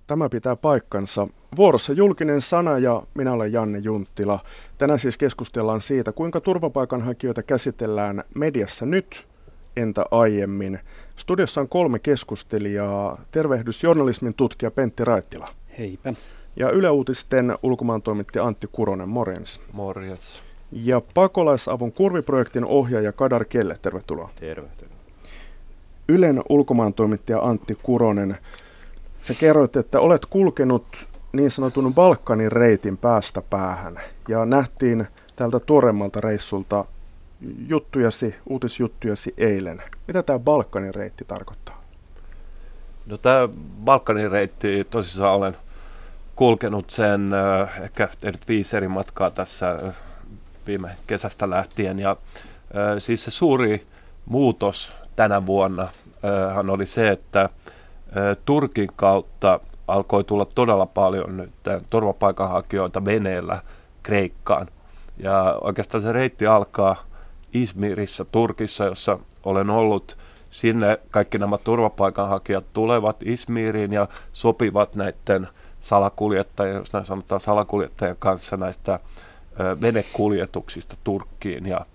Tämä pitää paikkansa. Vuorossa julkinen sana ja minä olen Janne Junttila. Tänään siis keskustellaan siitä, kuinka turvapaikanhakijoita käsitellään mediassa nyt, entä aiemmin. Studiossa on 3 keskustelijaa. Tervehdys journalismin tutkija Pentti Raittila. Heipä. Ja Yle Uutisten ulkomaantoimittaja Antti Kuronen, morjens. Morjens. Ja Pakolaisavun kurviprojektin ohjaaja Kadar Kelle, tervetuloa. Terve. Ylen ulkomaantoimittaja Antti Kuronen, sä kerroit, että olet kulkenut niin sanotun Balkanin reitin päästä päähän ja nähtiin tältä tuoreemmalta reissulta uutisjuttujasi eilen. Mitä tämä Balkanin reitti tarkoittaa? No tämä Balkanin reitti, tosissaan olen kulkenut sen, ehkä tehnyt 5 eri matkaa tässä viime kesästä lähtien. Ja siis se suuri muutos tänä vuonna oli se, että Turkin kautta alkoi tulla todella paljon nyt turvapaikanhakijoita veneellä Kreikkaan. Ja oikeastaan se reitti alkaa Izmirissä Turkissa, jossa olen ollut. Sinne kaikki nämä turvapaikanhakijat tulevat Izmiriin ja sopivat näiden salakuljettajien, jos näin sanotaan salakuljettajien kanssa näistä venekuljetuksista Turkkiin. Ja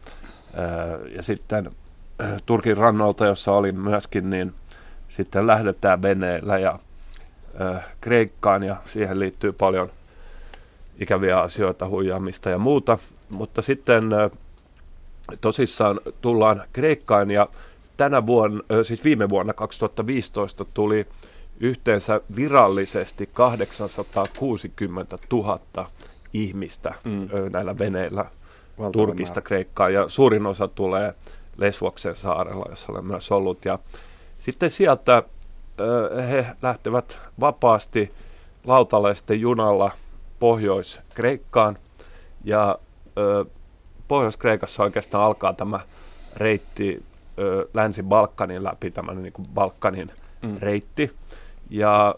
sitten Turkin rannoilta, jossa olin myöskin, niin sitten lähdetään veneellä ja Kreikkaan ja siihen liittyy paljon ikäviä asioita, huijaamista ja muuta. Mutta sitten tosissaan tullaan Kreikkaan ja tänä vuonna, siis viime vuonna 2015 tuli yhteensä virallisesti 860 000 ihmistä näillä veneillä Turkista Kreikkaan ja suurin osa tulee Lesvoksen saarella, jossa olen myös ollut. Ja sitten sieltä he lähtevät vapaasti lautalla ja sitten junalla Pohjois-Kreikkaan. Ja Pohjois-Kreikassa oikeastaan alkaa tämä reitti Länsi-Balkanin läpi, tämmöinen niin kuin Balkanin reitti. Ja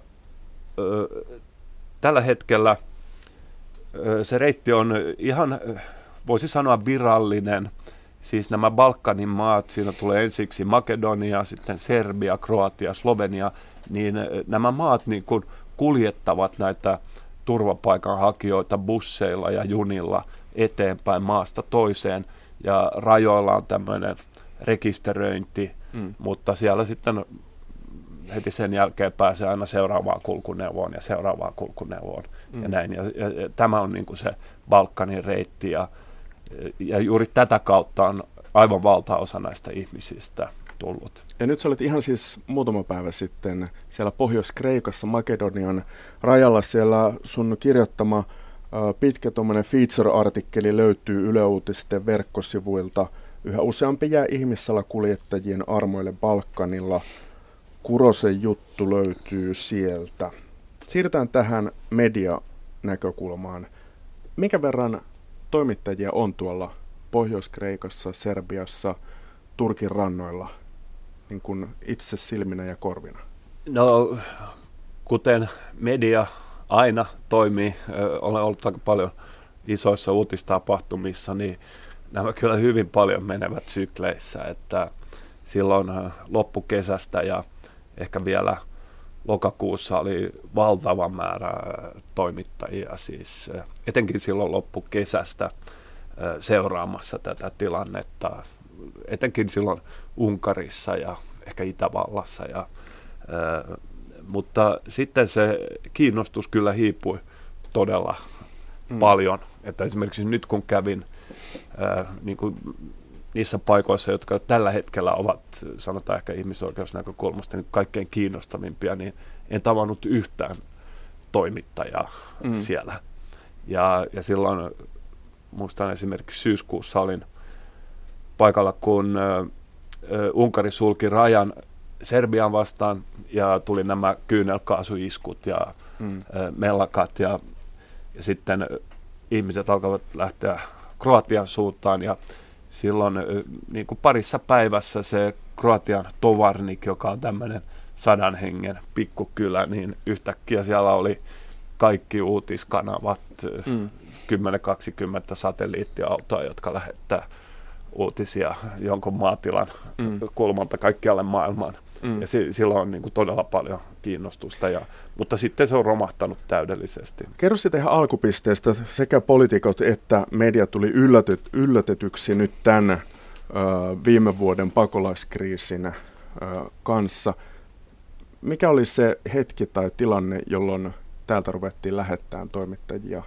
tällä hetkellä se reitti on ihan, voisi sanoa, virallinen. Siis nämä Balkanin maat, siinä tulee ensiksi Makedonia, sitten Serbia, Kroatia, Slovenia, niin nämä maat niin kuin kuljettavat näitä turvapaikanhakijoita busseilla ja junilla eteenpäin maasta toiseen. Ja rajoilla on tämmöinen rekisteröinti, mutta siellä sitten heti sen jälkeen pääsee aina seuraavaan kulkuneuvoon ja seuraavaan kulkuneuvoon ja näin. Ja tämä on niin kuin se Balkanin reitti ja juuri tätä kautta on aivan valtaosa näistä ihmisistä tullut. Ja nyt sä olet ihan siis muutama päivä sitten siellä Pohjois-Kreikassa Makedonian rajalla. Siellä sun kirjoittama pitkä tuommoinen feature-artikkeli löytyy Yle Uutisten verkkosivuilta. Yhä useampi jää ihmissalakuljettajien armoille Balkanilla. Kurosen juttu löytyy sieltä. Siirrytään tähän medianäkökulmaan. Minkä verran toimittajia on tuolla Pohjois-Kreikassa, Serbiassa, Turkin rannoilla, niin kuin itse silminä ja korvina? No, kuten media aina toimii, olen ollut aika paljon isoissa uutistapahtumissa, niin nämä kyllä hyvin paljon menevät sykleissä, että silloin loppukesästä ja ehkä vielä lokakuussa oli valtava määrä toimittajia, siis etenkin silloin loppukesästä seuraamassa tätä tilannetta, etenkin silloin Unkarissa ja ehkä Itävallassa. Mutta sitten se kiinnostus kyllä hiipui todella paljon, että esimerkiksi nyt kun kävin niin kuin niissä paikoissa, jotka tällä hetkellä ovat, sanotaan ehkä ihmisoikeusnäkökulmasta, niin kaikkein kiinnostavimpia, niin en tavannut yhtään toimittajaa siellä. Ja silloin, muistan esimerkiksi syyskuussa olin paikalla, kun Unkari sulki rajan Serbian vastaan ja tuli nämä kyynelkaasuiskut ja mellakat ja sitten ihmiset alkavat lähteä Kroatian suuntaan ja silloin niin kuin parissa päivässä se Kroatian Tovarnik, joka on tämmöinen 100 hengen pikkukylä, niin yhtäkkiä siellä oli kaikki uutiskanavat, 10-20 satelliittiautoa, jotka lähettää uutisia jonkun maatilan kulmalta kaikkialle maailmaan. Ja sillä on niin kuin todella paljon kiinnostusta, mutta sitten se on romahtanut täydellisesti. Kerro sitten ihan alkupisteestä. Sekä poliitikot että media tuli yllätetyksi nyt tämän viime vuoden pakolaiskriisin kanssa. Mikä oli se hetki tai tilanne, jolloin täältä ruvettiin lähettämään toimittajia?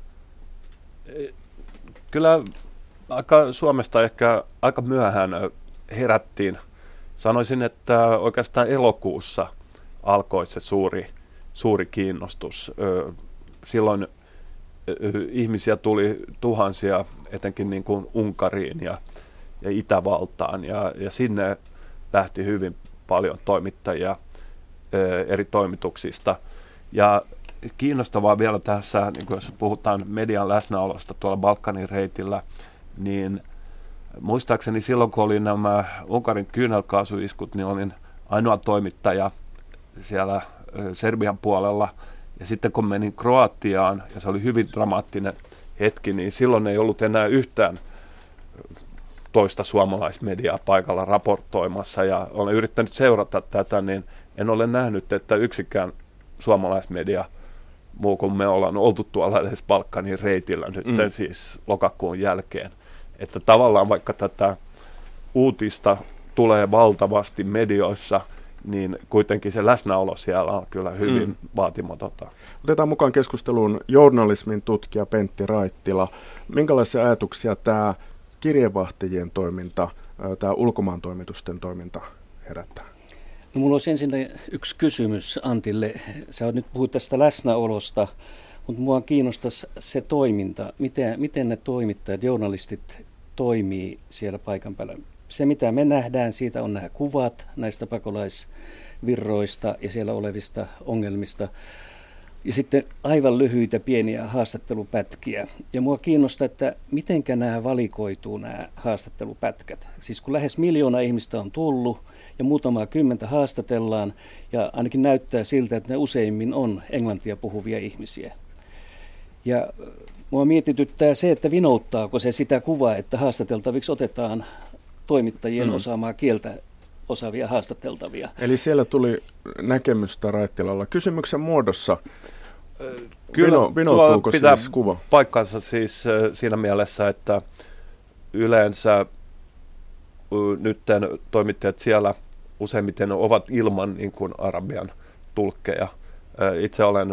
Kyllä Suomesta ehkä aika myöhään herättiin. Sanoisin, että oikeastaan elokuussa alkoi se suuri kiinnostus. Silloin ihmisiä tuli tuhansia, etenkin niin kuin Unkariin ja Itävaltaan, ja sinne lähti hyvin paljon toimittajia eri toimituksista. Ja kiinnostavaa vielä tässä, niin jos puhutaan median läsnäolosta tuolla Balkanin reitillä, niin muistaakseni silloin, kun oli nämä Unkarin kyynelkaasuiskut, niin olin ainoa toimittaja siellä Serbian puolella. Ja sitten kun menin Kroatiaan, ja se oli hyvin dramaattinen hetki, niin silloin ei ollut enää yhtään toista suomalaismediaa paikalla raportoimassa. Ja olen yrittänyt seurata tätä, niin en ole nähnyt, että yksikään suomalaismedia muu kuin me ollaan oltu tuolla edes Balkanin reitillä nyt siis lokakuun jälkeen. Että tavallaan vaikka tätä uutista tulee valtavasti medioissa, niin kuitenkin se läsnäolo siellä on kyllä hyvin vaatimatonta. Otetaan mukaan keskusteluun journalismin tutkija Pentti Raittila. Minkälaisia ajatuksia tämä kirjeenvaihtajien toiminta, tämä ulkomaantoimitusten toiminta herättää? No, mulla olisi ensin yksi kysymys Antille. Sä nyt puhuit tästä läsnäolosta, mutta mua kiinnostaisi se toiminta. Miten ne toimittajat, journalistit toimii siellä paikan päällä? Se, mitä me nähdään, siitä on nämä kuvat näistä pakolaisvirroista ja siellä olevista ongelmista. Ja sitten aivan lyhyitä pieniä haastattelupätkiä. Ja mua kiinnostaa, että mitenkä nämä valikoituu nämä haastattelupätkät. Siis kun lähes 1 miljoona ihmistä on tullut ja muutamaa kymmentä haastatellaan, ja ainakin näyttää siltä, että ne useimmin on englantia puhuvia ihmisiä. Ja mua mietityttää se, että vinouttaako se sitä kuvaa, että haastateltaviksi otetaan toimittajien osaamaa kieltä osaavia haastateltavia. Eli siellä tuli näkemystä Raittilalla kysymyksen muodossa. Kyllä vinoutuuko pitää siis kuva? Paikkansa siis siinä mielessä, että yleensä nyt toimittajat siellä useimmiten ovat ilman niin kuin arabian tulkkeja. Itse olen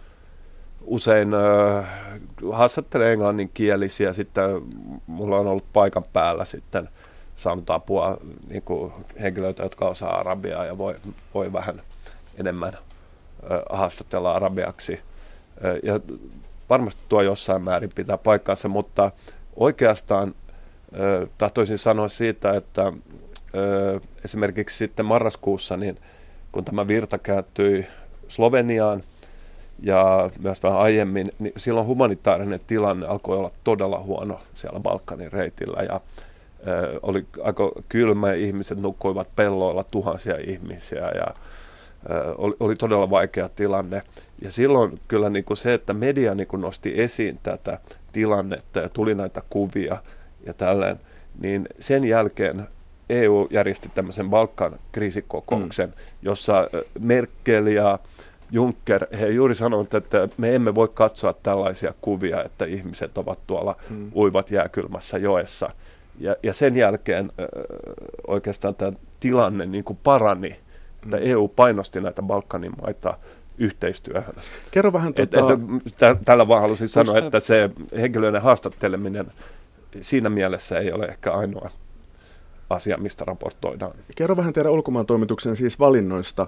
usein haastattelen englanninkielisiä, sitten mulla on ollut paikan päällä sitten saanut apua niin kuin henkilöitä, jotka osaa arabiaa ja voi vähän enemmän haastatella arabiaksi. Ja varmasti tuo jossain määrin pitää paikkaansa, mutta oikeastaan tahtoisin sanoa siitä, että esimerkiksi sitten marraskuussa, niin kun tämä virta kääntyi Sloveniaan ja myös vähän aiemmin, niin silloin humanitaarinen tilanne alkoi olla todella huono siellä Balkanin reitillä ja oli aika kylmä ja ihmiset nukkuivat pelloilla, tuhansia ihmisiä ja oli todella vaikea tilanne. Ja silloin kyllä niin kuin se, että media niin kuin nosti esiin tätä tilannetta ja tuli näitä kuvia ja tälleen, niin sen jälkeen EU järjesti tämmöisen Balkan-kriisikokouksen, jossa Merkel ja Juncker, he juuri sanoivat, että me emme voi katsoa tällaisia kuvia, että ihmiset ovat tuolla uivat jääkylmässä joessa. Ja sen jälkeen oikeastaan tämä tilanne niin kuin parani, että EU painosti näitä Balkanin maita yhteistyöhön. Kerro vähän tällä vaan halusin sanoa, että se henkilöiden haastatteleminen siinä mielessä ei ole ehkä ainoa asia, mistä raportoidaan. Kerro vähän teidän ulkomaantoimituksen siis valinnoista.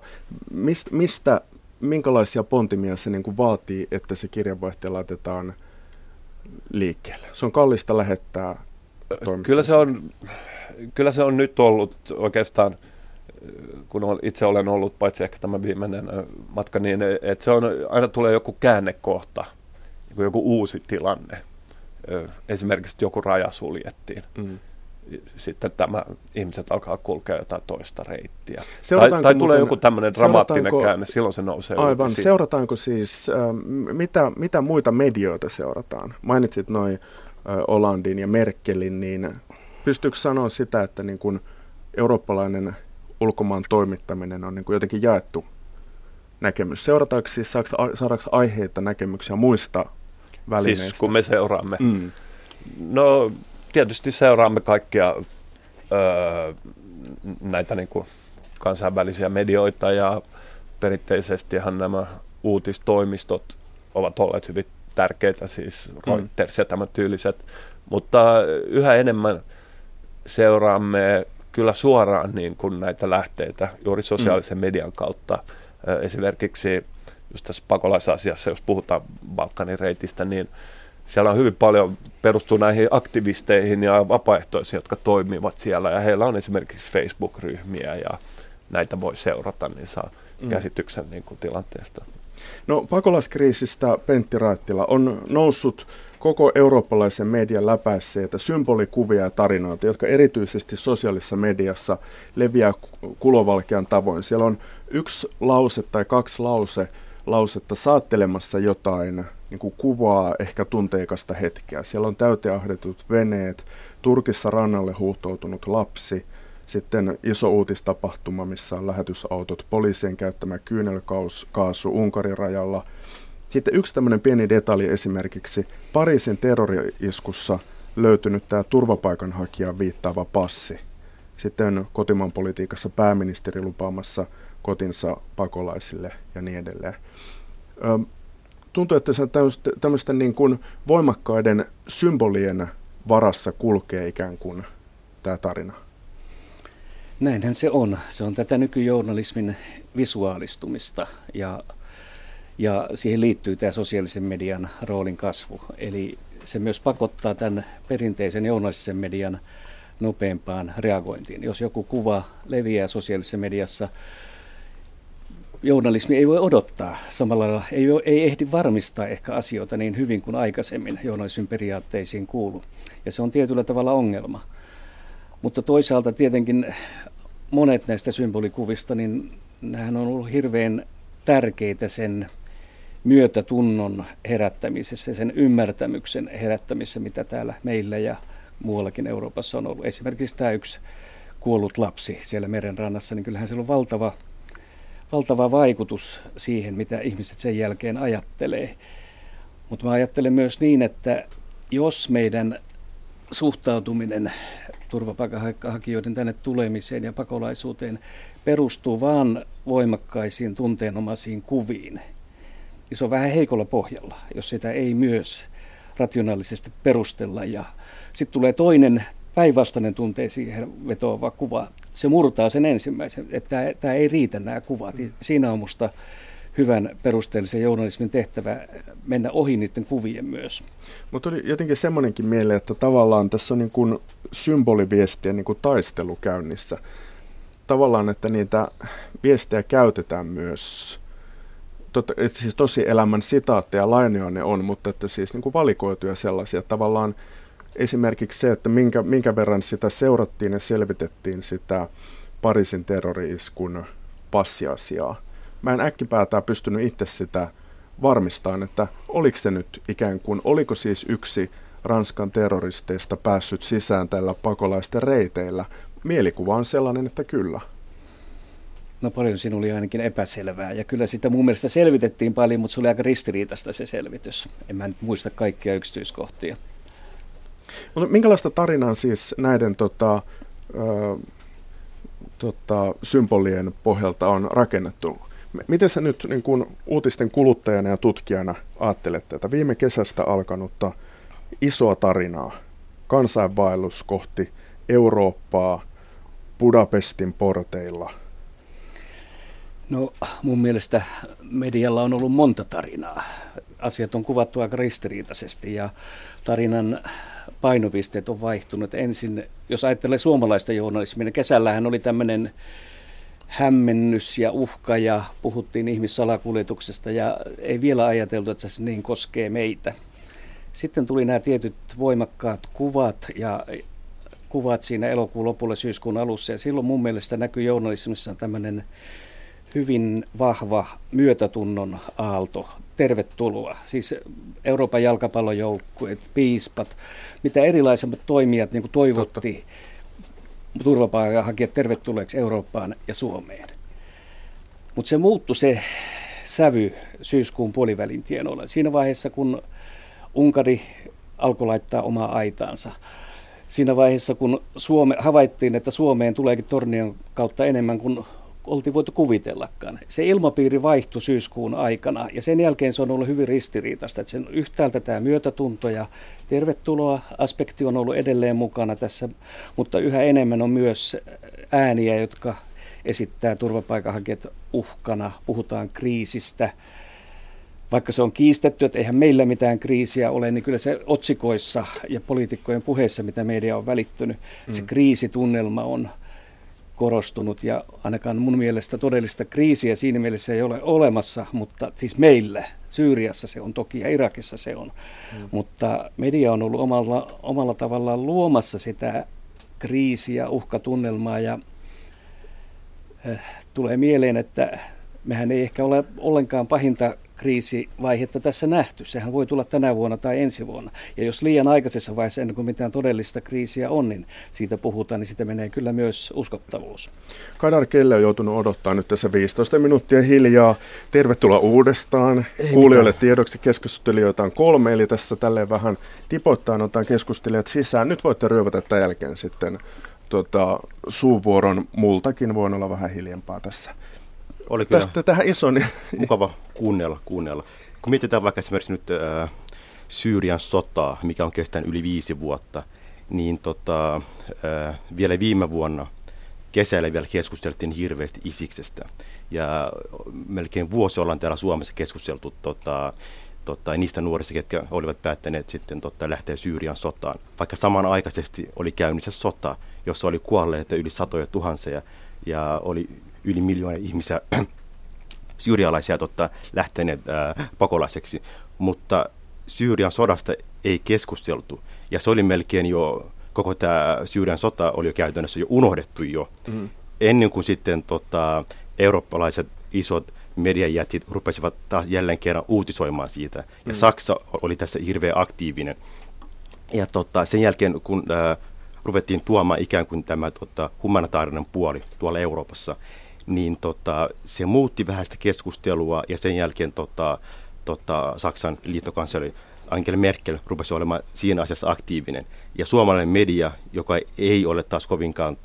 Minkälaisia pontimia se niin kuin vaatii, että se kirjeenvaihtaja laitetaan liikkeelle? Se on kallista lähettää toimitukseen. Kyllä se on nyt ollut oikeastaan, kun itse olen ollut, paitsi ehkä tämä viimeinen matka, niin että se on, aina tulee joku käännekohta, joku uusi tilanne. Esimerkiksi joku raja suljettiin. Sitten ihmiset alkaa kulkea jotain toista reittiä. Tai tulee joku tämmöinen dramaattinen käänne, silloin se nousee. Aivan. Seurataanko siis, mitä muita medioita seurataan? Mainitsit noin Hollandin ja Merkelin, niin pystyykö sanoa sitä, että niin kuin eurooppalainen ulkomaan toimittaminen on niin kuin jotenkin jaettu näkemys. Seurataanko siis, saadaanko aiheita, näkemyksiä muista välineistä? Siis kun me seuraamme? No tietysti seuraamme kaikkia näitä niin kuin kansainvälisiä medioita, ja perinteisestihan nämä uutistoimistot ovat olleet hyvin tärkeitä, siis Reuters ja tämän tyyliset, mutta yhä enemmän seuraamme kyllä suoraan niin kuin näitä lähteitä juuri sosiaalisen median kautta. Esimerkiksi just tässä pakolaisasiassa, jos puhutaan Balkanin reitistä, niin siellä on hyvin paljon perustuu näihin aktivisteihin ja vapaaehtoisiin, jotka toimivat siellä, ja heillä on esimerkiksi Facebook-ryhmiä, ja näitä voi seurata, niin saa käsityksen niin kuin tilanteesta. No, pakolaiskriisistä, Pentti Raittila, on noussut koko eurooppalaisen median läpäisseitä symbolikuvia ja tarinoita, jotka erityisesti sosiaalisessa mediassa leviää kulovalkean tavoin. Siellä on yksi lause tai kaksi lausetta saattelemassa jotain niin kuin kuvaa ehkä tunteikasta hetkeä. Siellä on täyteahdetut veneet, Turkissa rannalle huuhtoutunut lapsi, sitten iso uutistapahtuma, missä on lähetysautot, poliisien käyttämä kyynelkaasu Unkarin rajalla. Sitten yksi tämmöinen pieni detalji esimerkiksi, Pariisin terrori-iskussa löytynyt tämä turvapaikanhakijan viittaava passi. Sitten kotimaan politiikassa pääministeri lupaamassa kotinsa pakolaisille ja niin edelleen. Tuntuu, että se tämmöisten niin kuin voimakkaiden symbolien varassa kulkee ikään kuin tämä tarina. Näinhän se on. Se on tätä nykyjournalismin visuaalistumista ja siihen liittyy tämä sosiaalisen median roolin kasvu. Eli se myös pakottaa tämän perinteisen journalistisen median nopeampaan reagointiin. Jos joku kuva leviää sosiaalisessa mediassa, journalismi ei voi odottaa. Samalla lailla ei ehdi varmistaa ehkä asioita niin hyvin kuin aikaisemmin journalismin periaatteisiin kuuluu. Ja se on tietyllä tavalla ongelma. Mutta toisaalta tietenkin monet näistä symbolikuvista, niin nämähän on ollut hirveän tärkeitä sen myötätunnon herättämisessä, sen ymmärtämyksen herättämisessä, mitä täällä meillä ja muuallakin Euroopassa on ollut. Esimerkiksi tämä yksi kuollut lapsi siellä merenrannassa, niin kyllähän sillä on valtava vaikutus siihen, mitä ihmiset sen jälkeen ajattelee. Mutta mä ajattelen myös niin, että jos meidän suhtautuminen turvapaikanhakijoiden tänne tulemiseen ja pakolaisuuteen perustuu vaan voimakkaisiin tunteenomaisiin kuviin, niin se on vähän heikolla pohjalla, jos sitä ei myös rationaalisesti perustella. Ja sitten tulee toinen päinvastainen tunteisiin vetoava kuva. Se murtaa sen ensimmäisen, että tämä ei riitä nämä kuvat. Siinä on musta hyvän perusteellisen journalismin tehtävä mennä ohi niiden kuvien myös. Mutta oli jotenkin semmoinenkin mieleen, että tavallaan tässä on niin kuin symboliviestien niin kuin taistelu käynnissä. Tavallaan, että niitä viestejä käytetään myös, että siis tosielämän sitaatteja, lainoja ne on, mutta että siis niin kuin valikoituja sellaisia. Tavallaan esimerkiksi se, että minkä verran sitä seurattiin ja selvitettiin sitä Pariisin terrori-iskun passiasiaa. Mä en äkkipäätään pystynyt itse sitä varmistamaan, että oliko se nyt ikään kuin, oliko siis yksi Ranskan terroristeista päässyt sisään tällä pakolaisten reiteillä. Mielikuva on sellainen, että kyllä. No paljon siinä oli ainakin epäselvää, ja kyllä sitä mun mielestä selvitettiin paljon, mutta se oli aika ristiriitaista se selvitys. En mä nyt muista kaikkia yksityiskohtia. Mutta minkälaista tarinaa siis näiden symbolien pohjalta on rakennettu? Miten sä nyt niin kun uutisten kuluttajana ja tutkijana ajattelet tätä viime kesästä alkanutta isoa tarinaa, kansainvaellus kohti Eurooppaa Budapestin porteilla? No mun mielestä medialla on ollut monta tarinaa. Asiat on kuvattu aika ristiriitaisesti ja tarinan painopisteet on vaihtunut. Ensin, jos ajattelee suomalaista journalismia, niin kesällähän oli tämmöinen hämmennys ja uhka ja puhuttiin ihmissalakuljetuksesta ja ei vielä ajateltu, että se niin koskee meitä. Sitten tuli nämä tietyt voimakkaat kuvat siinä elokuun lopulla syyskuun alussa ja silloin mun mielestä näkyy journalismissa tämmöinen hyvin vahva myötätunnon aalto. Tervetuloa. Siis Euroopan jalkapallojoukkueet, piispat, mitä erilaisemmat toimijat niin kuin toivotti turvapaikanhakijat tervetulleeksi Eurooppaan ja Suomeen. Mutta se muuttui se sävy syyskuun puolivälin tienoilla. Siinä vaiheessa, kun Unkari alkoi laittaa omaa aitaansa. Siinä vaiheessa, kun havaittiin, että Suomeen tuleekin Tornion kautta enemmän kuin oltiin voitu kuvitellakaan. Se ilmapiiri vaihtui syyskuun aikana ja sen jälkeen se on ollut hyvin ristiriitaista. Että sen yhtäältä tämä myötätunto ja tervetuloa-aspekti on ollut edelleen mukana tässä, mutta yhä enemmän on myös ääniä, jotka esittää turvapaikanhakijat uhkana. Puhutaan kriisistä. Vaikka se on kiistetty, että eihän meillä mitään kriisiä ole, niin kyllä se otsikoissa ja poliitikkojen puheissa, mitä media on välittynyt, se kriisitunnelma on korostunut ja ainakaan mun mielestä todellista kriisiä siinä mielessä ei ole olemassa, mutta siis meillä, Syyriassa se on toki ja Irakissa se on, mutta media on ollut omalla tavallaan luomassa sitä kriisiä, uhkatunnelmaa ja tulee mieleen, että mehän ei ehkä ole ollenkaan pahinta kriisivaihetta tässä nähty. Sehän voi tulla tänä vuonna tai ensi vuonna. Ja jos liian aikaisessa vaiheessa, ennen kuin mitään todellista kriisiä on, niin siitä puhutaan, niin siitä menee kyllä myös uskottavuus. Kadar Kelle on joutunut odottaa nyt tässä 15 minuuttia hiljaa. Tervetuloa uudestaan. Kuulijoille tiedoksi keskustelijoita on 3, eli tässä tälleen vähän tipoittain otetaan keskustelijat sisään. Nyt voitte ryövätä tämän jälkeen sitten suuvuoron multakin. Voin olla vähän hiljempaa tässä. Oli kyllä tästä tähän ison mukava kuunnella. Kun mietitään vaikka esimerkiksi nyt Syyrian sotaa, mikä on kestänyt yli 5 vuotta, niin vielä viime vuonna kesällä vielä keskusteltiin hirveästi Isiksestä. Ja melkein vuosi ollaan täällä Suomessa keskusteltu niistä nuorista, ketkä olivat päättäneet sitten lähteä Syyrian sotaan. Vaikka samanaikaisesti oli käynnissä sota, jossa oli kuolleita yli 100,000 ja oli yli 1 miljoonaa ihmisiä syyrialaisia lähteneet pakolaiseksi, mutta Syyrian sodasta ei keskusteltu. Ja se oli melkein jo, koko tämä Syyrian sota oli jo käytännössä jo unohdettu jo, ennen kuin sitten eurooppalaiset isot mediajätit rupesivat taas jälleen kerran uutisoimaan siitä. Ja Saksa oli tässä hirveän aktiivinen. Ja sen jälkeen, kun ruvettiin tuomaan ikään kuin tämä humanitaarinen puoli tuolla Euroopassa, niin se muutti vähän sitä keskustelua ja sen jälkeen Saksan liittokansleri Angela Merkel rupesi olemaan siinä asiassa aktiivinen. Ja suomalainen media, joka ei ole taas kovinkaan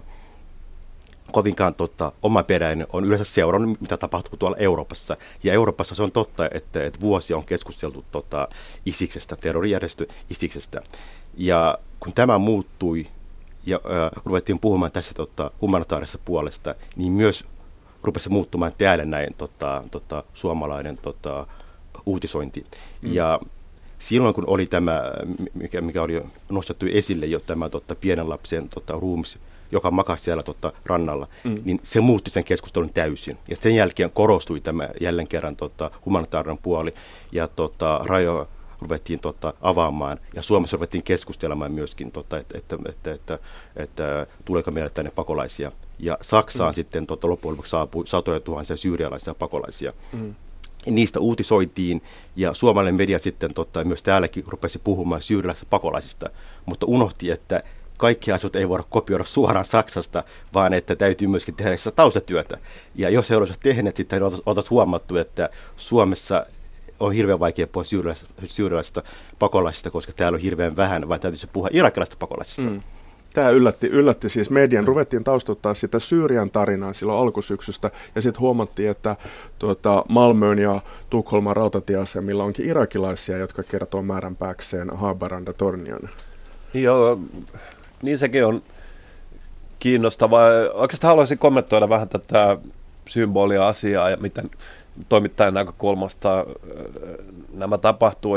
omaperäinen, on yleensä seurannut, mitä tapahtuu tuolla Euroopassa. Ja Euroopassa se on totta, että vuosia on keskusteltu Isiksestä, terrorijärjestö Isiksestä. Ja kun tämä muuttui ja ruvettiin puhumaan tässä humanitaarisesta puolesta, niin myös rupesi muuttumaan täällä näin suomalainen uutisointi. Ja silloin kun oli tämä, mikä oli jo nostettu esille jo tämä pienen lapsen ruumis, joka makasi siellä rannalla, niin se muutti sen keskustelun täysin. Ja sen jälkeen korostui tämä jälleen kerran humanitaarinen puoli ja rajoja ruvettiin avaamaan ja Suomessa ruvettiin keskustelemaan myöskin, että tuleeko meille tänne pakolaisia. Ja Saksaan sitten loppujen lopuksi saapui 100,000 syyrialaisia pakolaisia. Niistä uutisoitiin ja suomalainen media sitten myös täälläkin rupesi puhumaan syyrialaisista pakolaisista, mutta unohti, että kaikki asiat ei voida kopioida suoraan Saksasta, vaan että täytyy myöskin tehdä taustatyötä. Ja jos he olisivat tehneet, sitten oltaisiin huomattu, että Suomessa on hirveän vaikea puhua syyrialaisista pakolaisista, koska täällä on hirveän vähän, vaan täytyisi puhua irakilaisista pakolaisista. Tämä yllätti siis median. Ruvettiin taustottaa sitä Syyrian tarinaa silloin alkusyksystä, ja sitten huomattiin, että Malmön ja Tukholman rautatieasemilla onkin irakilaisia, jotka kertoo määränpääkseen Haparanda Tornion. Joo, niin sekin on kiinnostavaa. Oikeastaan haluaisin kommentoida vähän tätä symbolia-asiaa ja miten toimittajan näkökulmasta nämä tapahtuu.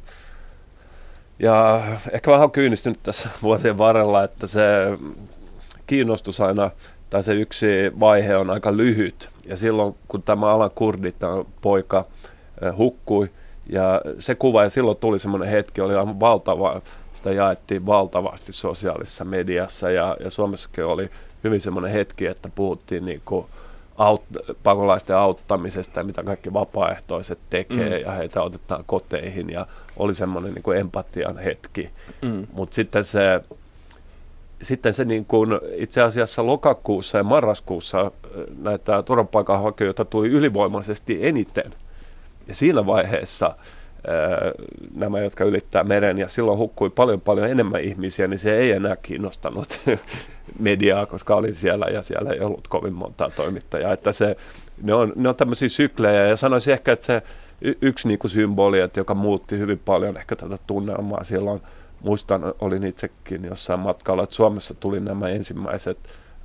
Ja ehkä vähän on kyynistynyt tässä vuosien varrella, että se kiinnostus aina, tai se yksi vaihe on aika lyhyt. Ja silloin, kun tämä alan kurdi, tämä poika, hukkui, ja se kuva, ja silloin tuli semmoinen hetki, oli aivan valtava, sitä jaettiin valtavasti sosiaalisessa mediassa, ja Suomessakin oli hyvin semmoinen hetki, että puhuttiin niinku pakolaisten auttamisesta ja mitä kaikki vapaaehtoiset tekee ja heitä otetaan koteihin ja oli semmoinen niin kuin empatian hetki. Mutta sitten se sitten se niin kuin itse asiassa lokakuussa ja marraskuussa näitä turvapaikanhakijoita tuli ylivoimaisesti eniten. Ja siinä vaiheessa nämä, jotka ylittää meren, ja silloin hukkui paljon enemmän ihmisiä, niin se ei enää kiinnostanut mediaa, koska olin siellä ja siellä ei ollut kovin montaa toimittajaa. Että ne on tämmöisiä syklejä, ja sanoisin ehkä, että se yksi niin kuin symboli, että joka muutti hyvin paljon ehkä tätä tunnelmaa silloin. Muistan, olin itsekin jossain matkalla, että Suomessa tuli nämä ensimmäiset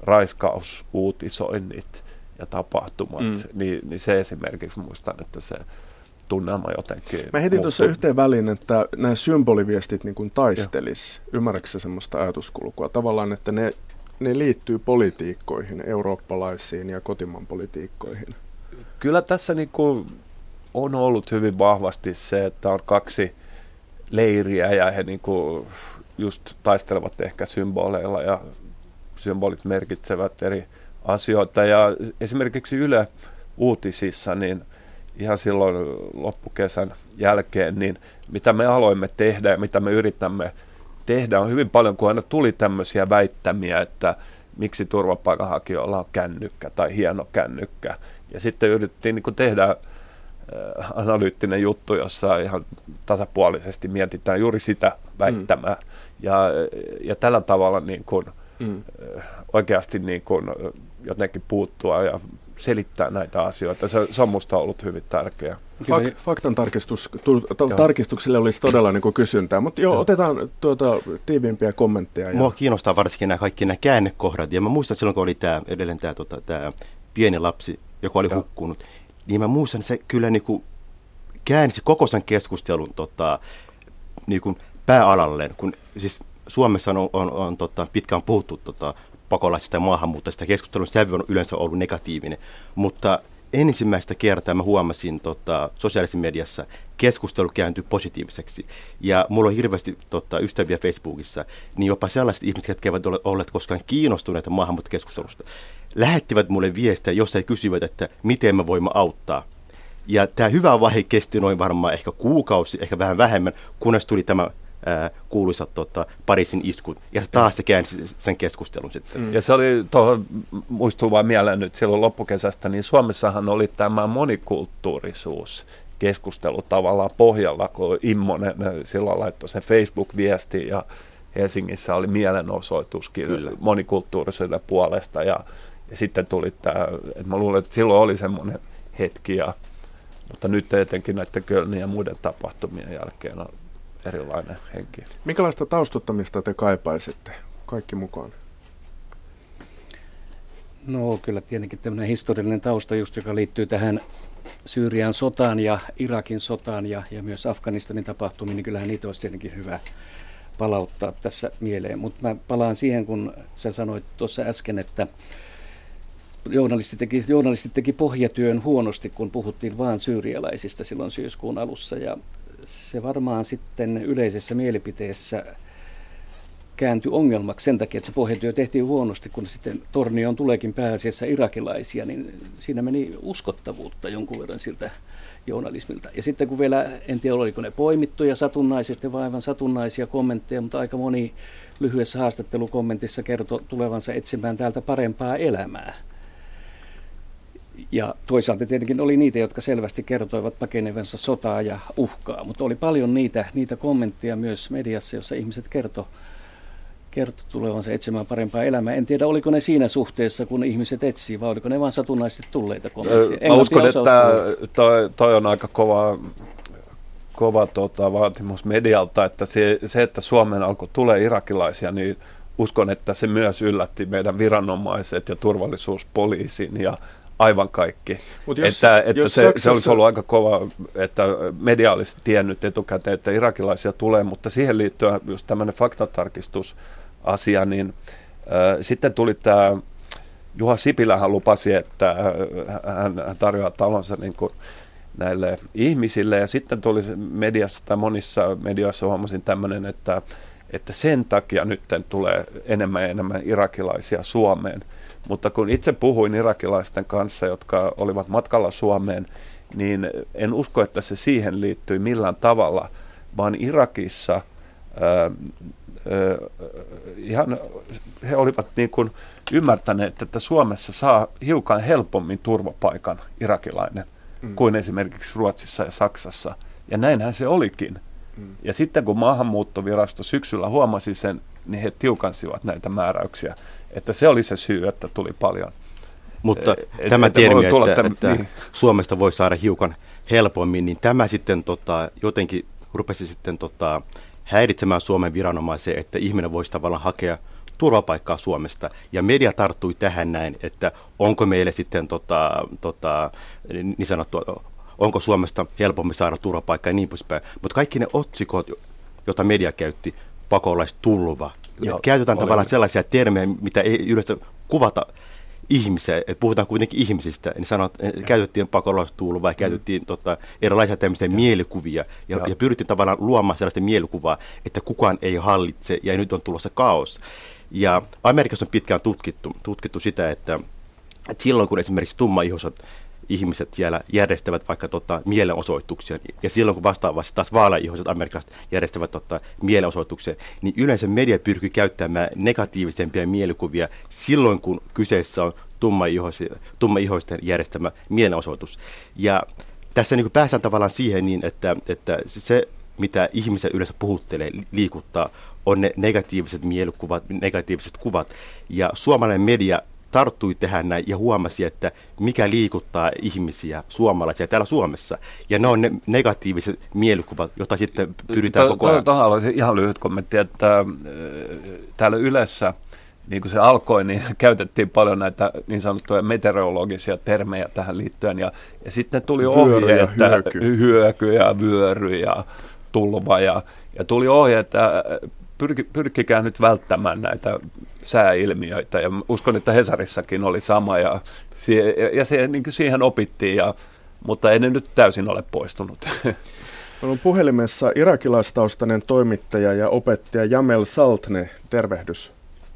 raiskausuutisoinnit ja tapahtumat, niin se esimerkiksi muistan, että se tunnelma jotenkin Mä heitin tuossa yhteen väliin, että nämä symboliviestit niin kuin taistelis. Ymmärrätkö sä semmoista ajatuskulkua? Tavallaan, että ne liittyy politiikkoihin, eurooppalaisiin ja kotimaan politiikkoihin. Kyllä tässä niin kuin on ollut hyvin vahvasti se, että on kaksi leiriä ja he niin kuin just taistelevat ehkä symboleilla ja symbolit merkitsevät eri asioita. Ja esimerkiksi Yle Uutisissa, niin ihan silloin loppukesän jälkeen, niin mitä me aloimme tehdä ja mitä me yritämme tehdä on hyvin paljon, kun aina tuli tämmöisiä väittämiä, että miksi turvapaikanhakijoilla on kännykkä tai hieno kännykkä. Ja sitten yritettiin niin kuin tehdä analyyttinen juttu, jossa ihan tasapuolisesti mietitään juuri sitä väittämää. Ja tällä tavalla niin kuin, oikeasti niin kuin, jotenkin puuttua ja selittää näitä asioita. Se on musta ollut hyvin tärkeää. Faktan tarkistukselle olisi todella niin kuin kysyntää, mutta otetaan tiiviimpiä kommentteja. Mua kiinnostaa varsinkin kaikki nämä käännekohdat. Ja mä muistan silloin, kun oli tämä pieni lapsi, joka oli hukkunut, niin mä muistan, että se kyllä niin kuin käänsi koko sen keskustelun niin kuin pääalalleen. Kun, siis Suomessa on pitkään puhuttu pakolaisista ja maahanmuuttajista. Keskustelun sävy on yleensä ollut negatiivinen, mutta ensimmäistä kertaa mä huomasin sosiaalisessa mediassa keskustelu kääntyi positiiviseksi. Ja mulla on hirveästi ystäviä Facebookissa, niin jopa sellaiset ihmiset, jotka eivät ole olleet koskaan kiinnostuneita maahanmuuttokeskustelusta, lähettivät mulle viestejä, jossa he kysyivät, että miten me voimme auttaa. Ja tämä hyvä vaihe kesti noin varmaan ehkä kuukausi, ehkä vähän vähemmän, kunnes tuli tämä kuuluisat Pariisin iskut, ja taas se käänsi sen keskustelun sitten. Ja se oli, muistuu vaan mieleen nyt silloin loppukesästä, niin Suomessahan oli tämä monikulttuurisuus keskustelu tavallaan pohjalla, kun Immonen silloin laittoi sen Facebook-viesti, ja Helsingissä oli mielenosoituskin monikulttuurisuuden puolesta, ja sitten tuli tämä, että mä luulen, että silloin oli semmoinen hetki, mutta nyt etenkin näiden Kölnin ja muiden tapahtumien jälkeen on erilainen henki. Minkälaista taustuttamista te kaipaisitte? Kaikki mukaan. No kyllä tietenkin tämmöinen historiallinen tausta, just joka liittyy tähän Syyrian sotaan ja Irakin sotaan ja myös Afganistanin tapahtumiin, niin kyllähän niitä olisi tietenkin hyvä palauttaa tässä mieleen. Mutta mä palaan siihen, kun sä sanoit tuossa äsken, että journalistit teki pohjatyön huonosti, kun puhuttiin vain syyrialaisista silloin syyskuun alussa, ja se varmaan sitten yleisessä mielipiteessä kääntyi ongelmaksi sen takia, että se pohjatyö tehtiin huonosti, kun sitten Tornioon tuleekin pääasiassa irakilaisia, niin siinä meni uskottavuutta jonkun verran siltä journalismilta. Ja sitten kun vielä, en tiedä oliko ne poimittuja satunnaisesti vai aivan satunnaisia kommentteja, mutta aika moni lyhyessä haastattelukommentissa kertoi tulevansa etsimään täältä parempaa elämää. Ja toisaalta tietenkin oli niitä, jotka selvästi kertoivat pakenevansa sotaa ja uhkaa, mutta oli paljon niitä kommentteja myös mediassa, jossa ihmiset kertoi tulevansa etsimään parempaa elämää. En tiedä, oliko ne siinä suhteessa, kun ihmiset etsii, vai oliko ne vain satunnaisesti tulleita kommentteja. Mä uskon, että toi on aika kova vaatimus medialta, että se, että Suomeen alkoi tulee irakilaisia, niin uskon, että se myös yllätti meidän viranomaiset ja turvallisuuspoliisin ja aivan kaikki. Se olisi ollut aika kova, että media olisi tiennyt etukäteen, että irakilaisia tulee, mutta siihen liittyen just tämmöinen faktatarkistusasia, niin sitten tuli tämä, Juha Sipilähän lupasi, että hän tarjoaa talonsa niin kuin näille ihmisille, ja sitten tuli mediassa tai monissa medioissa huomasin tämmöinen, että sen takia nyt tulee enemmän ja enemmän irakilaisia Suomeen. Mutta kun itse puhuin irakilaisten kanssa, jotka olivat matkalla Suomeen, niin en usko, että se siihen liittyy millään tavalla, vaan Irakissa ihan he olivat niin kuin ymmärtäneet, että Suomessa saa hiukan helpommin turvapaikan irakilainen kuin esimerkiksi Ruotsissa ja Saksassa. Ja näinhän se olikin. Ja sitten kun maahanmuuttovirasto syksyllä huomasi sen, niin he tiukansivat näitä määräyksiä. Että se oli se syy, että tuli paljon. Mutta tämä termi, että niin. Suomesta voi saada hiukan helpommin, niin tämä sitten jotenkin rupesi sitten häiritsemään Suomen viranomaisia, että ihminen voisi tavallaan hakea turvapaikkaa Suomesta. Ja media tarttui tähän näin, että onko meille sitten niin sanottua, onko Suomesta helpommin saada turvapaikkaa ja niin poispäin. Mutta kaikki ne otsikot, joita media käytti, pakolaistulva, käytetään tavallaan sellaisia termejä, mitä ei yleensä kuvata ihmisiä, että puhutaan kuitenkin ihmisistä, niin käytettiin pakolaistulvaa ja käytettiin erilaisia tämmöisiä mielikuvia ja pyrittiin tavallaan luomaan sellaista mielikuvaa, että kukaan ei hallitse ja nyt on tulossa kaos. Ja Amerikassa on pitkään tutkittu sitä, että silloin kun esimerkiksi tummaihoiset ihmiset siellä järjestävät vaikka mielenosoituksia, ja silloin kun vastaavasti taas vaaleaihoiset amerikkalaiset järjestävät mielenosoituksia, niin yleensä media pyrkii käyttämään negatiivisempia mielikuvia silloin, kun kyseessä on tummaihoisten järjestämä mielenosoitus. Ja tässä niin kuin päästään tavallaan siihen, niin että se, mitä ihmiset yleensä puhuttelee, liikuttaa, on ne negatiiviset mielikuvat, negatiiviset kuvat, ja suomalainen media tarttui tähän näin ja huomasi, että mikä liikuttaa ihmisiä, suomalaisia täällä Suomessa. Ja ne on ne negatiiviset mielikuvat, joita sitten pyritään koko ajan. Tuohon haluaisin ihan lyhyt kommentti, että täällä Ylessä, niin kuin se alkoi, niin käytettiin paljon näitä niin sanottuja meteorologisia termejä tähän liittyen. Ja sitten tuli ohje, että hyöky ja vyöry ja tulva. Ja tuli ohje, että pyrkikää nyt välttämään näitä sääilmiöitä, ja uskon, että Hesarissakin oli sama, ja se, niin kuin siihen opittiin, mutta ei ne nyt täysin ole poistunut. On puhelimessa irakilaistaustainen toimittaja ja opettaja Jamel Saltne, tervehdys.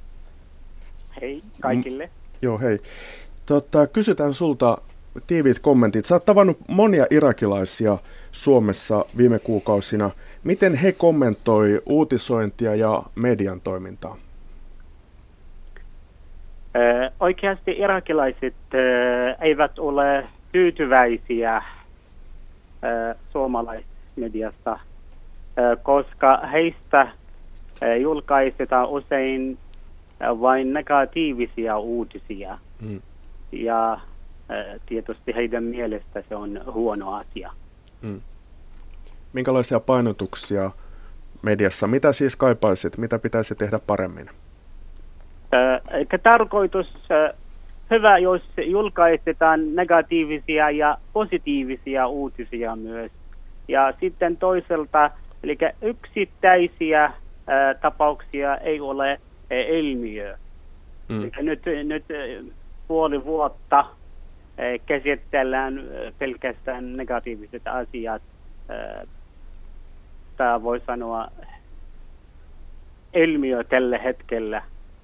Hei kaikille. Joo, hei. Kysytään sulta tiiviit kommentit. Sä oot tavannut monia irakilaisia Suomessa viime kuukausina. Miten he kommentoi uutisointia ja median toimintaa? Oikeasti irakilaiset eivät ole tyytyväisiä suomalaismediasta, koska heistä julkaisetaan usein vain negatiivisia uutisia. Ja tietysti heidän mielestä se on huono asia. Minkälaisia painotuksia mediassa? Mitä siis kaipaisit? Mitä pitäisi tehdä paremmin? Tarkoitus hyvä, jos julkaistetaan negatiivisia ja positiivisia uutisia myös. Ja sitten toisaalta, eli yksittäisiä tapauksia ei ole ilmiö. Nyt puoli vuotta käsitellään pelkästään negatiiviset asiat. Tämä voi sanoa ilmiö tällä hetkellä.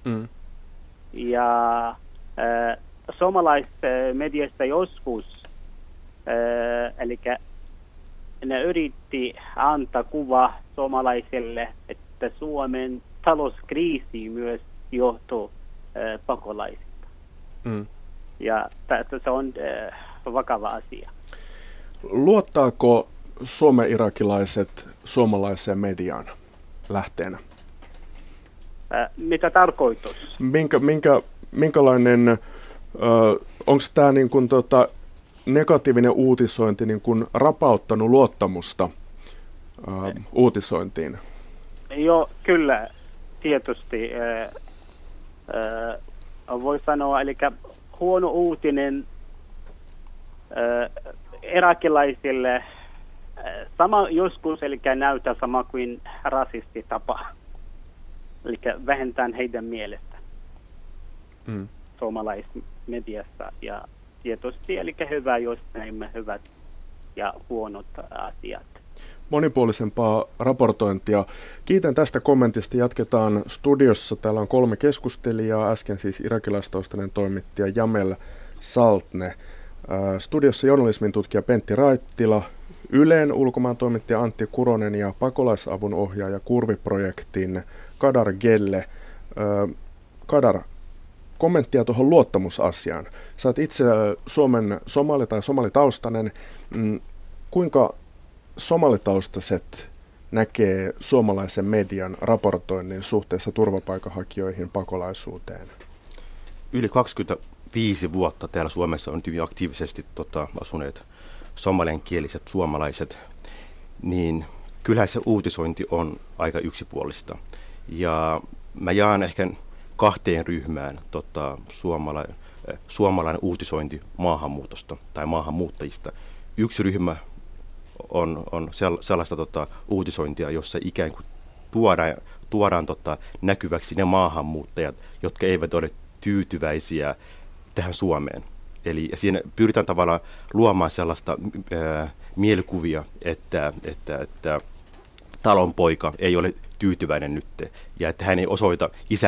Ja suomalaismediasta joskus, eli ne yritti antaa kuva suomalaisille, että Suomen talouskriisi myös johtuu pakolaisista. Ja se on vakava asia. Luottaako suomen-irakilaiset suomalaiseen mediaan lähteenä? Mitä tarkoitus? Minkälainen, onko tämä niin kuin negatiivinen uutisointi niin kuin rapauttanut luottamusta uutisointiin? Joo, kyllä, tietysti. Voi sanoa, eli huono uutinen irakilaisille sama joskus, eli näyttää sama kuin rasistitapa. Eli vähentää heidän mielestä suomalaismediassa. Ja tietysti, eli hyvä, jos näimme hyvät ja huonot asiat. Monipuolisempaa raportointia. Kiitän tästä kommentista. Jatketaan studiossa. Täällä on 3 keskustelijaa. Äsken siis irakilaistaustainen toimittaja Jamel Saltne. Studiossa journalismin tutkija Pentti Raittila, Ylen ulkomaantoimittaja Antti Kuronen ja pakolaisavun ohjaaja Kurvi-projektin Kadar Gelle. Kadar, kommenttia tuohon luottamusasiaan. Sä oot itse Suomen somali tai somalitaustainen. Kuinka somalitaustaiset näkee suomalaisen median raportoinnin suhteessa turvapaikanhakijoihin, pakolaisuuteen? Yli 25 vuotta täällä Suomessa on hyvin aktiivisesti asuneet somaliankieliset suomalaiset, niin kyllähän se uutisointi on aika yksipuolista. Ja mä jaan ehkä 2 ryhmään suomalainen uutisointi maahanmuutosta tai maahanmuuttajista. Yksi ryhmä on sellaista uutisointia, jossa ikään kuin tuodaan näkyväksi ne maahanmuuttajat, jotka eivät ole tyytyväisiä tähän Suomeen. Eli siinä pyritään tavallaan luomaan sellaista mielikuvia, että talonpoika ei ole tyytyväinen nyt ja että hän ei osoita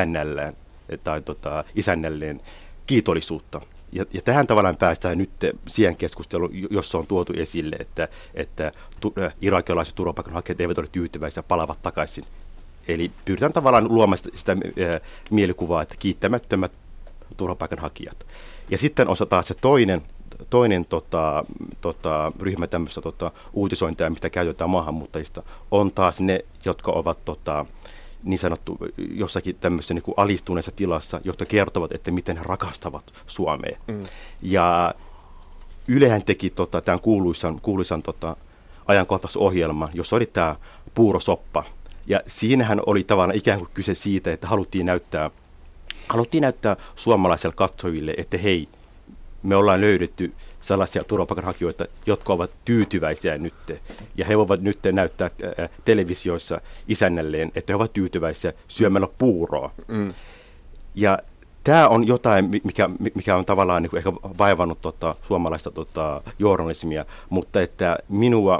isännälleen kiitollisuutta. Ja tähän tavallaan päästään nyt siihen keskusteluun, jossa on tuotu esille, että irakilaiset turvapaikanhakijat eivät ole tyytyväisiä, palaavat takaisin. Eli pyritään tavallaan luomaan sitä mielikuvaa, että kiittämättömät turvapaikanhakijat. Ja sitten on taas se toinen ryhmä tämmöistä uutisointia, mitä käytetään maahanmuuttajista, on taas ne, jotka ovat niin sanottu jossakin tämmöisessä niin kuin alistuneessa tilassa, jotka kertovat, että miten he rakastavat Suomea. Ja Ylehän teki tämän kuuluisan ajankohtaisohjelman, jossa oli tämä puurosoppa. Ja siinähän oli tavallaan ikään kuin kyse siitä, että haluttiin näyttää suomalaisille katsojille, että hei, me ollaan löydetty sellaisia turvapaikanhakijoita, jotka ovat tyytyväisiä nyt. Ja he voivat nyt näyttää televisioissa isännälleen, että he ovat tyytyväisiä syömällä puuroa. Ja tämä on jotain, mikä on tavallaan niin kuin ehkä vaivannut suomalaista journalismia, mutta että minua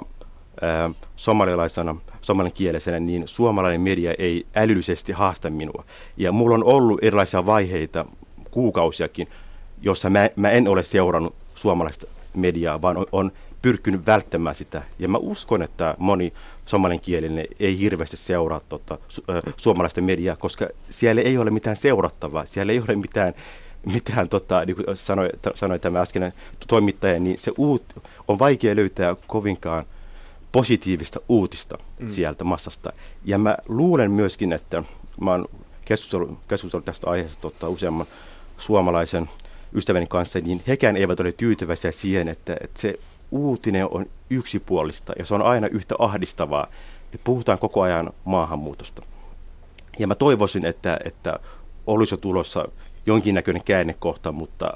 somaliankielisenä, niin suomalainen media ei älyllisesti haasta minua. Ja mulla on ollut erilaisia vaiheita, kuukausiakin, jossa mä en ole seurannut suomalaista mediaa, vaan on pyrkinyt välttämään sitä. Ja mä uskon, että moni somaliankielinen ei hirveästi seuraa suomalaista mediaa, koska siellä ei ole mitään seurattavaa, siellä ei ole mitään niin kuin sanoi tämä äskeinen toimittaja, niin se on vaikea löytää kovinkaan positiivista uutista sieltä massasta. Ja mä luulen myöskin, että mä oon keskustellut tästä aiheesta useamman suomalaisen ystäväni kanssa, niin hekään eivät ole tyytyväisiä siihen, että se uutinen on yksipuolista ja se on aina yhtä ahdistavaa. että puhutaan koko ajan maahanmuutosta. Ja mä toivoisin, että olisi tulossa jonkinnäköinen käännekohta, mutta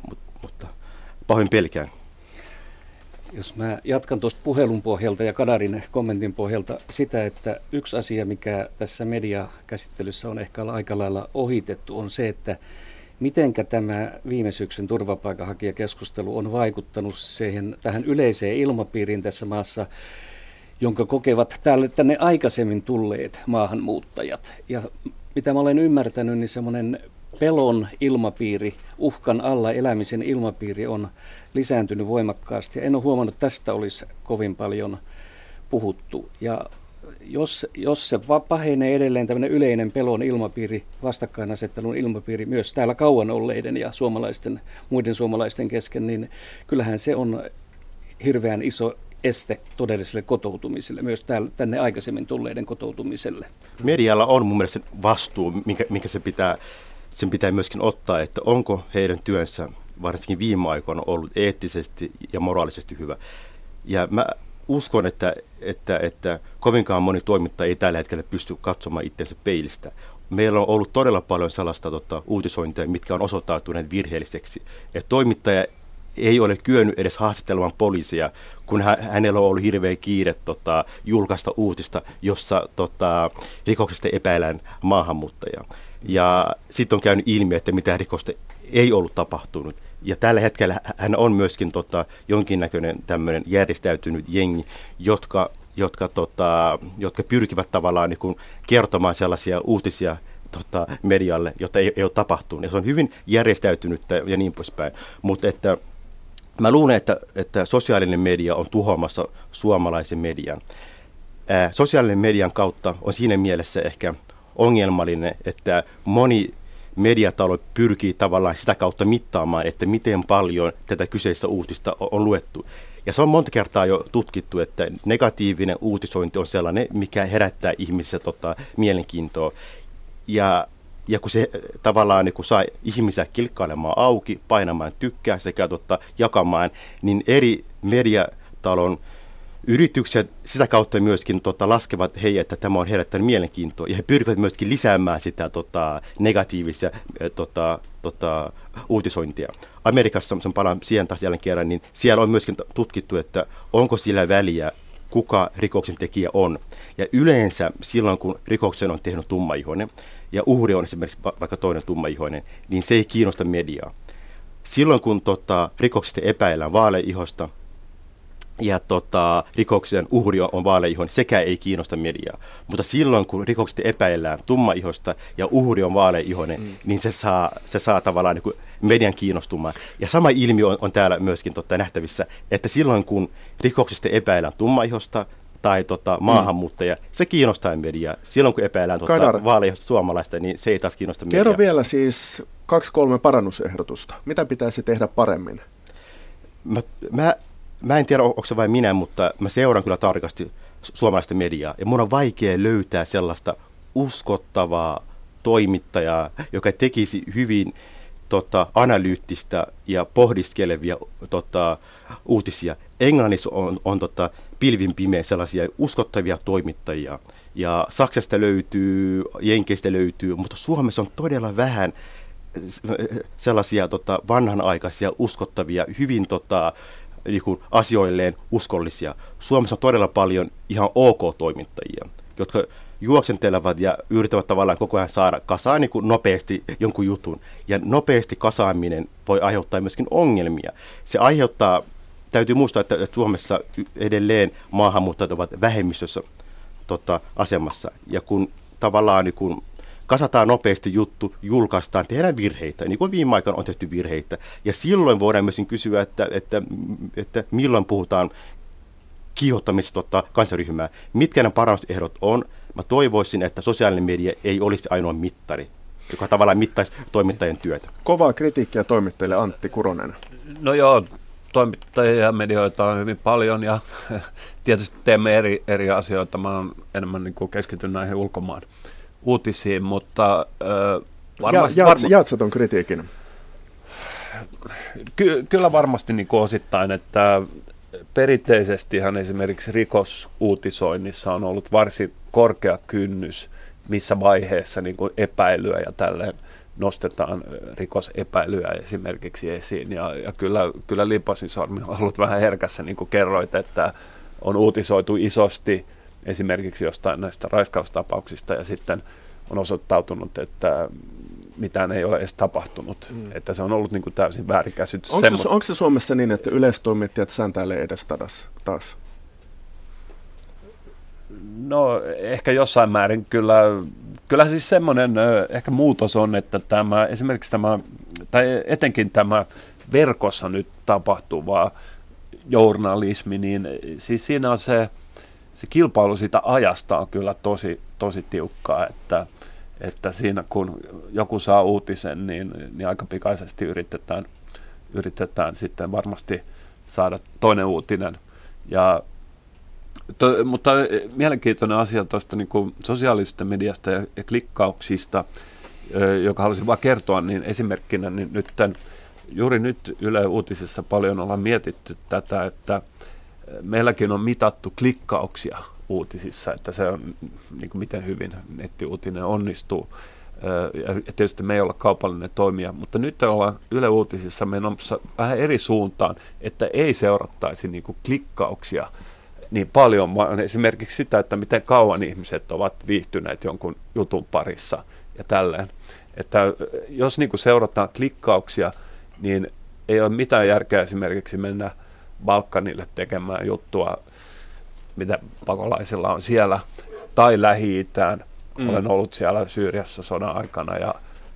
pahoin pelkään. Jos mä jatkan tuosta puhelun pohjalta ja Kadarin kommentin pohjalta sitä, että yksi asia, mikä tässä mediakäsittelyssä on ehkä aika lailla ohitettu, on se, että mitenkä tämä viime syksyn turvapaikanhakijakeskustelu on vaikuttanut tähän yleiseen ilmapiiriin tässä maassa, jonka kokevat tänne aikaisemmin tulleet maahanmuuttajat. Ja mitä mä olen ymmärtänyt, niin semmoinen pelon ilmapiiri, uhkan alla elämisen ilmapiiri on lisääntynyt voimakkaasti. Ja en ole huomannut, että tästä olisi kovin paljon puhuttu. Ja jos se pahenee edelleen tämmöinen yleinen pelon ilmapiiri, vastakkainasettelun ilmapiiri myös täällä kauan olleiden ja muiden suomalaisten kesken, niin kyllähän se on hirveän iso este todelliselle kotoutumiselle, myös tänne aikaisemmin tulleiden kotoutumiselle. Medialla on mun mielestä vastuu, minkä sen pitää myöskin ottaa, että onko heidän työnsä varsinkin viime aikoina ollut eettisesti ja moraalisesti hyvä. Ja mä uskon, että kovinkaan moni toimittaja ei tällä hetkellä pysty katsomaan itseensä peilistä. Meillä on ollut todella paljon sellaista uutisointia, mitkä on osoittautuneet virheelliseksi. Että toimittaja ei ole kyennyt edes haastattelemaan poliisia, kun hänellä on ollut hirveä kiire julkaista uutista, jossa rikoksesta epäillään maahanmuuttajaa. Ja sitten on käynyt ilmi, että mitään rikosta ei ollut tapahtunut. Ja tällä hetkellä hän on myöskin jonkinnäköinen tämmöinen järjestäytynyt jengi, jotka pyrkivät tavallaan niin kuin kertomaan sellaisia uutisia medialle, jota ei ole tapahtunut. Ja se on hyvin järjestäytynyt ja niin poispäin. Mutta että Mä luulen, että sosiaalinen media on tuhoamassa suomalaisen median. Sosiaalinen median kautta on siinä mielessä ehkä ongelmallinen, että moni mediatalo pyrkii tavallaan sitä kautta mittaamaan, että miten paljon tätä kyseistä uutista on luettu. Ja se on monta kertaa jo tutkittu, että negatiivinen uutisointi on sellainen, mikä herättää ihmisissä mielenkiintoa. Ja kun se tavallaan niin kun saa ihmisiä kilkkailemaan auki, painamaan tykkää sekä jakamaan, niin eri mediatalon yritykset sitä kautta myöskin laskevat että tämä on herättänyt mielenkiintoa. Ja he pyrkivät myöskin lisäämään sitä negatiivisia uutisointia. Amerikassa, sen palaan siihen taas jälleen kerran, niin siellä on myöskin tutkittu, että onko sillä väliä, kuka rikoksen tekijä on. Ja yleensä silloin, kun rikoksen on tehnyt tummaihoinen, ja uhri on esimerkiksi vaikka toinen tummaihoinen, niin se ei kiinnosta mediaa. Silloin, kun rikoksesta epäillään vaaleihosta, ja rikoksen uhri on vaaleihoinen, sekä ei kiinnosta mediaa. Mutta silloin, kun rikoksesta epäillään tummaihosta ja uhri on vaaleihoinen, niin se saa tavallaan niin kuin median kiinnostumaan. Ja sama ilmiö on täällä myöskin nähtävissä, että silloin, kun rikoksesta epäillään tummaihosta tai maahanmuuttaja, se kiinnostaa mediaa. Silloin, kun epäillään vaaleihosta suomalaista, niin se ei taas kiinnosta mediaa. Kerro vielä siis 2-3 parannusehdotusta. Mitä pitäisi tehdä paremmin? Mä en tiedä, onko se vain minä, mutta mä seuraan kyllä tarkasti suomalaista mediaa. Ja mun on vaikea löytää sellaista uskottavaa toimittajaa, joka tekisi hyvin analyyttistä ja pohdiskelevia uutisia. Englannissa on pilvin pimeä sellaisia uskottavia toimittajia. Ja Saksasta löytyy, Jenkeistä löytyy, mutta Suomessa on todella vähän sellaisia vanhanaikaisia, uskottavia, hyvin niin kuin asioilleen uskollisia. Suomessa on todella paljon ihan ok-toimittajia, jotka juoksentelevat ja yrittävät tavallaan koko ajan saada kasaan niin kuin nopeasti jonkun jutun. Ja nopeasti kasaaminen voi aiheuttaa myöskin ongelmia. Se aiheuttaa, täytyy muistaa, että Suomessa edelleen maahanmuuttajat ovat vähemmistössä asemassa. Ja kun tavallaan niin kun kasataan nopeasti juttu, julkaistaan, tehdään virheitä, niin kuin viime aikoina on tehty virheitä. Ja silloin voidaan myös kysyä, että milloin puhutaan kiihottamisesta kansanryhmää. Mitkä nämä parannusehdot on? Mä toivoisin, että sosiaalinen media ei olisi ainoa mittari, joka tavallaan mittaisi toimittajien työtä. Kovaa kritiikkiä toimittajille, Antti Kuronen. No joo, toimittajia ja medioita on hyvin paljon ja tietysti teemme eri asioita. Mä oon enemmän niin kuin keskityn näihin ulkomaan uutisiin, mutta jaat sä ton kritiikin? Kyllä varmasti niin kuin osittain, että perinteisestihan esimerkiksi rikosuutisoinnissa on ollut varsin korkea kynnys, missä vaiheessa niin kuin epäilyä ja tälleen nostetaan rikosepäilyä esimerkiksi esiin. Ja kyllä Lipposin sormi on ollut vähän herkässä, niin kuin kerroit, että on uutisoitu isosti esimerkiksi jostain näistä raiskaustapauksista ja sitten on osoittautunut, että mitään ei ole edes tapahtunut. Että se on ollut niin kuin täysin väärinkäsitys. Onko se Suomessa niin, että yleistoimittajat säntäilee edes taas? No ehkä jossain määrin kyllä siis semmoinen ehkä muutos on, että esimerkiksi tai etenkin tämä verkossa nyt tapahtuva journalismi, niin siis siinä on se kilpailu siitä ajasta on kyllä tosi tiukkaa, että siinä kun joku saa uutisen, niin aika pikaisesti yritetään sitten varmasti saada toinen uutinen. Mutta mielenkiintoinen asia tuosta niin kuin sosiaalisesta mediasta ja klikkauksista, joka haluaisin vaan kertoa, niin esimerkkinä niin juuri nyt Yle Uutisissa paljon ollaan mietitty tätä, että meilläkin on mitattu klikkauksia uutisissa, että se on niin kuin miten hyvin nettiuutinen onnistuu. Ja tietysti me ei olla kaupallinen toimija, mutta nyt ollaan Yle Uutisissa menossa vähän eri suuntaan, että ei seurattaisi niin kuin klikkauksia niin paljon, vaan esimerkiksi sitä, että miten kauan ihmiset ovat viihtyneet jonkun jutun parissa ja tälleen. Että jos niin kuin seurataan klikkauksia, niin ei ole mitään järkeä esimerkiksi mennä Balkanille tekemään juttua, mitä pakolaisilla on siellä, tai Lähi-Itään. Olen ollut siellä Syyriassa sodan aikana ja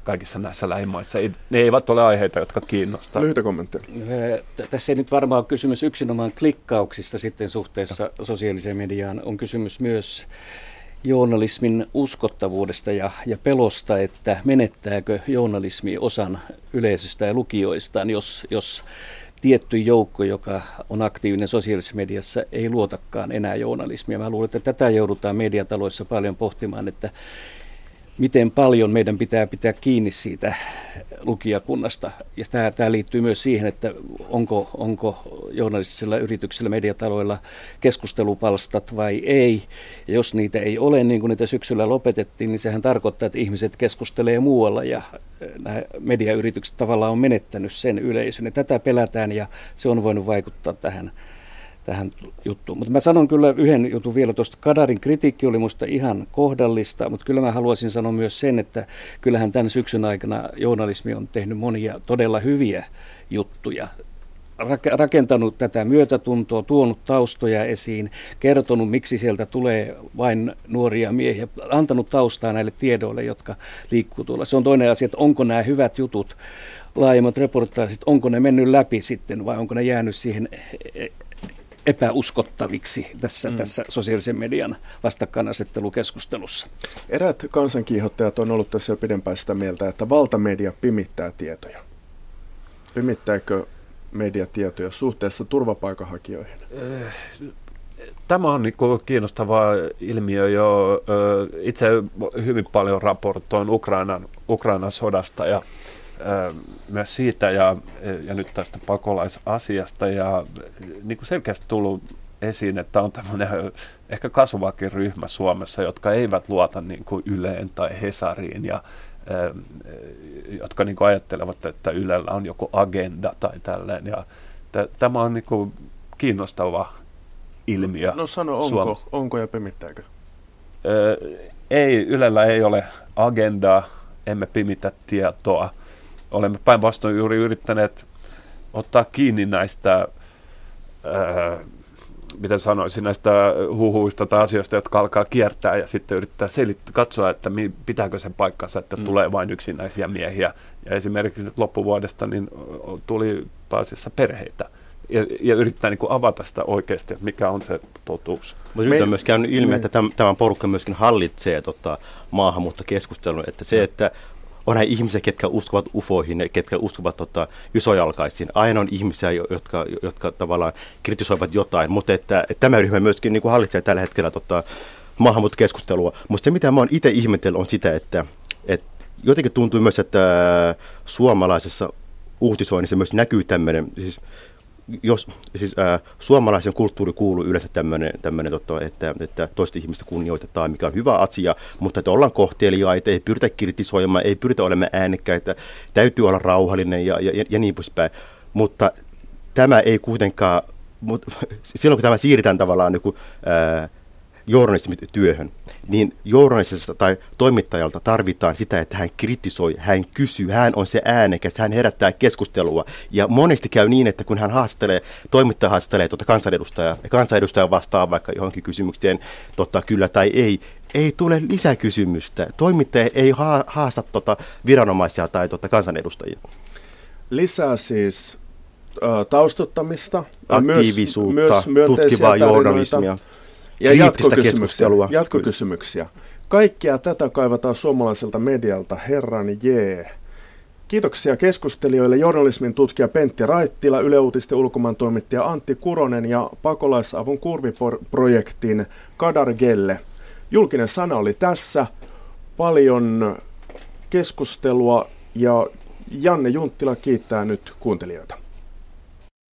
kaikissa näissä lähimaissa. Ne eivät ole aiheita, jotka kiinnostaa. Lyhyitä kommentteja. Tässä ei nyt varmaan ole kysymys yksinomaan klikkauksista sitten suhteessa sosiaaliseen mediaan. On kysymys myös journalismin uskottavuudesta ja pelosta, että menettääkö journalismi osan yleisöstä ja lukijoistaan, jos tietty joukko, joka on aktiivinen sosiaalisessa mediassa, ei luotakaan enää journalismia. Mä luulen, että tätä joudutaan mediataloissa paljon pohtimaan, että miten paljon meidän pitää kiinni siitä lukijakunnasta. Ja tämä liittyy myös siihen, että onko journalistisilla yrityksillä, mediataloilla keskustelupalstat vai ei. Ja jos niitä ei ole, niin kuin niitä syksyllä lopetettiin, niin sehän tarkoittaa, että ihmiset keskustelee muualla ja nämä mediayritykset tavallaan on menettänyt sen yleisön. Ja tätä pelätään ja se on voinut vaikuttaa tähän juttuun. Mutta mä sanon kyllä yhden jutun vielä tuosta. Kadarin kritiikki oli musta ihan kohdallista, mutta kyllä mä haluaisin sanoa myös sen, että kyllähän tämän syksyn aikana journalismi on tehnyt monia todella hyviä juttuja. Rakentanut tätä myötätuntoa, tuonut taustoja esiin, kertonut miksi sieltä tulee vain nuoria miehiä, antanut taustaa näille tiedoille, jotka liikkuu tuolla. Se on toinen asia, että onko nämä hyvät jutut, laajemmat reportaasit, onko ne mennyt läpi sitten vai onko ne jäänyt siihen epäuskottaviksi tässä sosiaalisen median vastakkainasettelukeskustelussa. Eräät kansankiihottajat on ollut tässä jo pidempään sitä mieltä, että valtamedia pimittää tietoja. Pimittääkö media tietoja suhteessa turvapaikanhakijoihin? Tämä on kiinnostava ilmiö jo. Itse hyvin paljon raportoin Ukrainan sodasta ja myös siitä ja nyt tästä pakolaisasiasta ja niin kuin selkeästi tullut esiin, että on tämmöinen ehkä kasvavakin ryhmä Suomessa, jotka eivät luota niin kuin Yleen tai Hesariin ja jotka niin kuin ajattelevat, että Ylellä on joku agenda tai tälleen ja tämä on niin kuin kiinnostava ilmiö. No sano, onko ja pimittääkö? Ei, Ylellä ei ole agendaa, emme pimitä tietoa. Olemme päinvastoin juuri yrittäneet ottaa kiinni näistä, miten sanoisin, näistä huhuista tai asioista, jotka alkaa kiertää ja sitten yrittää katsoa, että pitääkö sen paikkansa, että tulee vain yksinäisiä miehiä. Ja esimerkiksi nyt loppuvuodesta niin tuli pääasiassa perheitä. Ja yrittää niin kuin avata sitä oikeasti, että mikä on se totuus. Mutta nyt on myös käynyt ilmi, että tämä porukka myöskin hallitsee maahanmuuttokeskustelun. Että se, että on näitä ihmisiä, ketkä uskovat ufoihin ja ketkä uskovat isojalkaisiin. Aina on ihmisiä, jotka tavallaan kritisoivat jotain, mutta että tämä ryhmä myöskin niin kuin hallitsee tällä hetkellä maahanmuuttokeskustelua. Mutta se, mitä mä oon itse ihmetellyt, on sitä, että jotenkin tuntuu myös, että suomalaisessa uutisoinnissa myös näkyy tämmöinen, suomalaisen kulttuuri kuuluu yleensä tämmöinen että toista ihmistä kunnioitetaan, mikä on hyvä asia, mutta että ollaan kohteliaita, ei pyritä kritisoimaan, ei pyritä olemaan äänekkäitä, täytyy olla rauhallinen ja niin poispäin. Mutta tämä ei kuitenkaan, silloin kun tämä siirretään tavallaan journalistityöhön, niin journalistista tai toimittajalta tarvitaan sitä, että hän kritisoi, hän kysyy, hän on se äänekäs, hän herättää keskustelua. Ja monesti käy niin, että kun hän toimittaja haastelee kansanedustajaa, ja kansanedustaja vastaa vaikka johonkin kysymykseen kyllä tai ei tule lisäkysymystä. Toimittaja ei haasta viranomaisia tai kansanedustajia. Lisää siis taustottamista, aktiivisuutta, myös tutkivaa journalismia. Ja jatkokysymyksiä. Kaikkea tätä kaivataan suomalaiselta medialta, herran jee. Kiitoksia keskustelijoille journalismin tutkija Pentti Raittila, Yle Uutisten ulkomaantoimittaja Antti Kuronen ja Pakolaisavun kurviprojektin Kadar Gelle. Julkinen sana oli tässä. Paljon keskustelua ja Janne Junttila kiittää nyt kuuntelijoita.